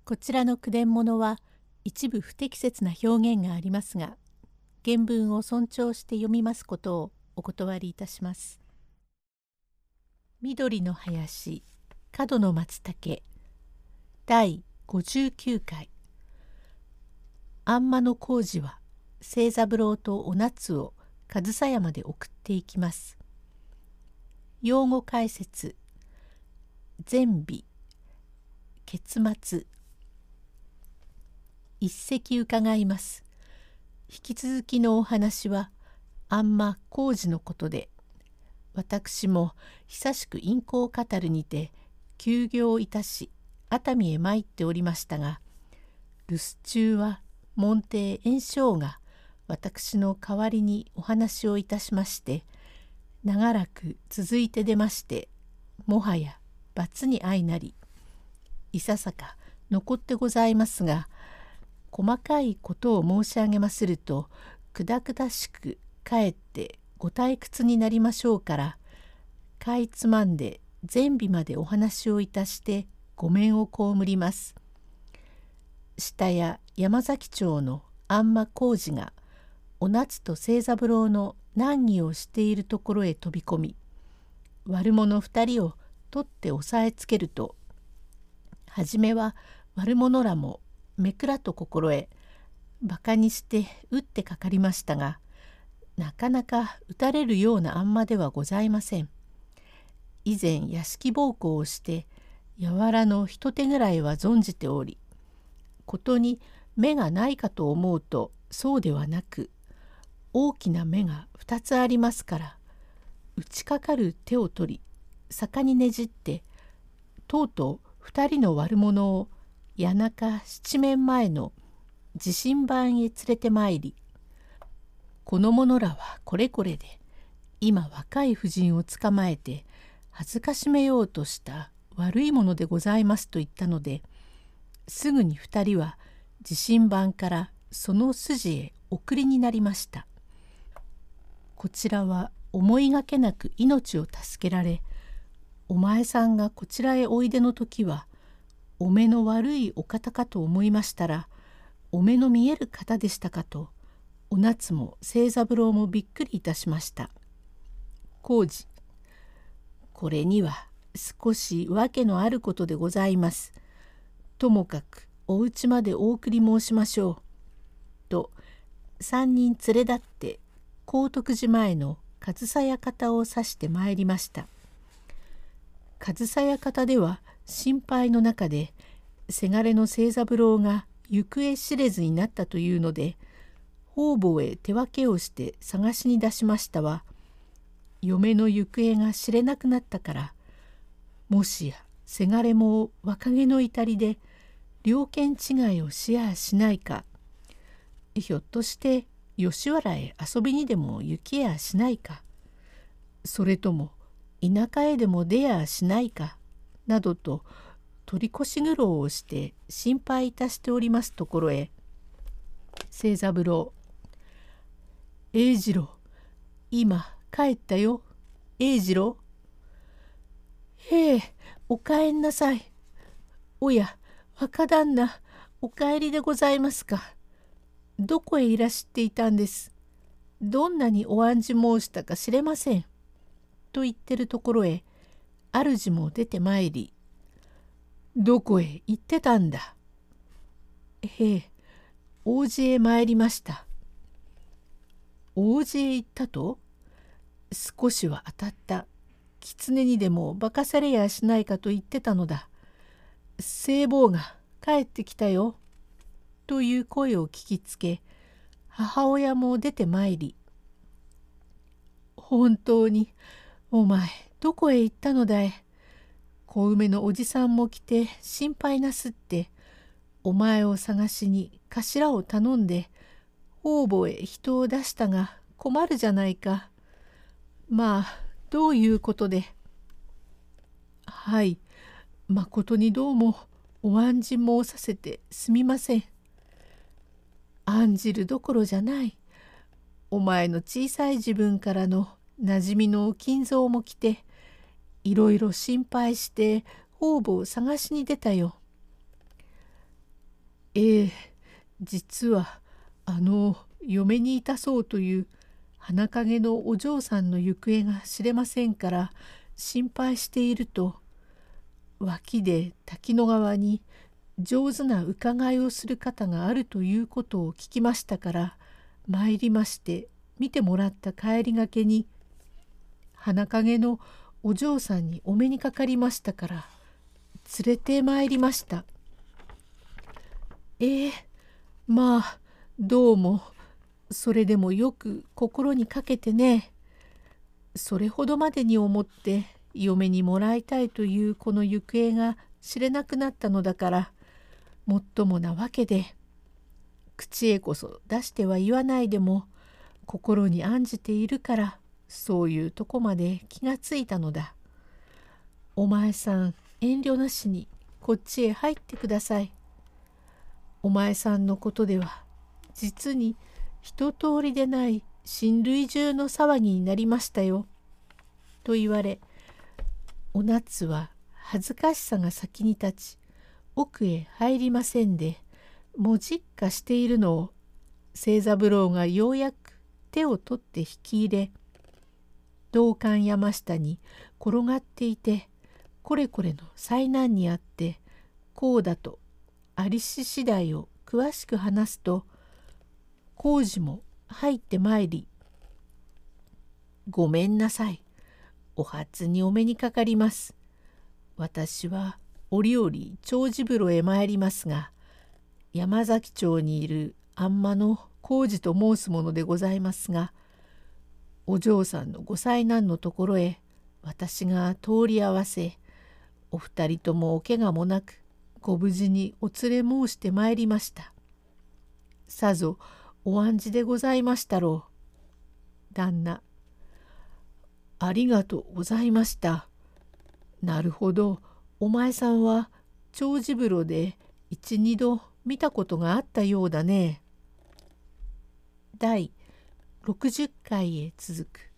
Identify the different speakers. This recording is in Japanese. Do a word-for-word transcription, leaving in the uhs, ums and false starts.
Speaker 1: こちらの句伝物は一部不適切な表現がありますが、原文を尊重して読みますことをお断りいたします。緑の林、角の松茸、だいごじゅうきゅうかい。あんまの工事は清三郎とお夏を上総屋まで送っていきます。用語解説。前尾、結末。一席伺います。引き続きのお話はあんま工事のことで、私も久しく陰行を語るにて休業いたし熱海へ参っておりましたが、留守中は門弟圓生が私の代わりにお話をいたしまして、長らく続いて出まして、もはや罰に相なり、いささか残ってございますが、細かいことを申し上げまするとくだくだしくかえってご退屈になりましょうから、かいつまんで前尾までお話をいたしてご免を被ります。下や山崎町のあんま工事がお夏と清三郎の難儀をしているところへ飛び込み、悪者二人を取って押さえつけると、はじめは悪者らもめくらと心得、バカにして打ってかかりましたが、なかなか打たれるようなあんまではございません。以前屋敷奉公をして柔らの一手ぐらいは存じており、ことに目がないかと思うとそうではなく、大きな目が二つありますから、打ちかかる手を取り逆にねじって、とうとう二人の悪者を谷中七面前の地震盤へ連れてまいり、この者らはこれこれで今若い婦人を捕まえて恥ずかしめようとした悪いものでございますと言ったので、すぐに二人は地震盤からその筋へ送りになりました。こちらは思いがけなく命を助けられ、お前さんがこちらへおいでの時はお目の悪いお方かと思いましたら、お目の見える方でしたかと、お夏も清三郎もびっくりいたしました。工事、これには少し訳のあることでございます。ともかくお家までお送り申しましょう。と三人連れ立って高徳寺前の上総屋方を指してまいりました。上総屋方では心配の中で、せがれの清三郎が行方知れずになったというので、方々へ手分けをして探しに出しましたは、嫁の行方が知れなくなったから、もしやせがれも若気の至りで猟犬違いをしやしないか、ひょっとして吉原へ遊びにでも行きやしないか、それとも田舎へでも出やしないか、などと取り越し苦労をして心配いたしておりますところへ、清三郎、英次郎、今帰ったよ、英次郎。へえ、お帰んなさい。おや、若旦那、お帰りでございますか。どこへいらしていたんです。どんなにお案じ申したか知れません。と言ってるところへ、主も出てまいり、どこへ行ってたんだ。へえ、王子へ参りました。王子へ行ったと。少しは当たった。狐にでも化かされやしないかと言ってたのだ。聖母が帰ってきたよ。という声を聞きつけ、母親も出てまいり、本当にお前どこへ行ったのだい。小梅のおじさんも来て心配なすって、お前を探しに頭を頼んで方々へ人を出したが困るじゃないか。まあどういうことで。はい、まことにどうもお案じ申させてすみません。案じるどころじゃない。お前の小さい自分からのなじみの金蔵も来て、いろいろ心配して方々探しに出たよ。 ええ、実はあの嫁にいたそうという花影のお嬢さんの行方が知れませんから心配していると、脇で滝野川に上手な伺いをする方があるということを聞きましたから参りまして、見てもらった帰りがけに花影のお嬢さんにお目にかかりましたから連れて参りました。ええ、まあどうもそれでもよく心にかけてね。それほどまでに思って嫁にもらいたいという子の行方が知れなくなったのだから、もっともなわけで口へこそ出しては言わないでも心に案じているから、そういうとこまで気がついたのだ。お前さん遠慮なしにこっちへ入ってください。お前さんのことでは実に一通りでない親類中の騒ぎになりましたよ」と言われ、お夏は恥ずかしさが先に立ち奥へ入りませんで、もじっかしているのを清三郎がようやく手を取って引き入れ、道館山下に転がっていてこれこれの災難にあってこうだとありし次第を詳しく話すと、工事も入ってまいり「ごめんなさい。お初にお目にかかります。私は折々長治風呂へ参りますが、山崎町にいるあんまの工事と申すものでございますが、お嬢さんのご災難のところへ私が通り合わせ、お二人ともお怪我もなくご無事にお連れ申してまいりました。さぞお案じでございましたろう。旦那。ありがとうございました。なるほど、お前さんは長治風呂で一二度見たことがあったようだね。だいろくじゅっかいへ続く。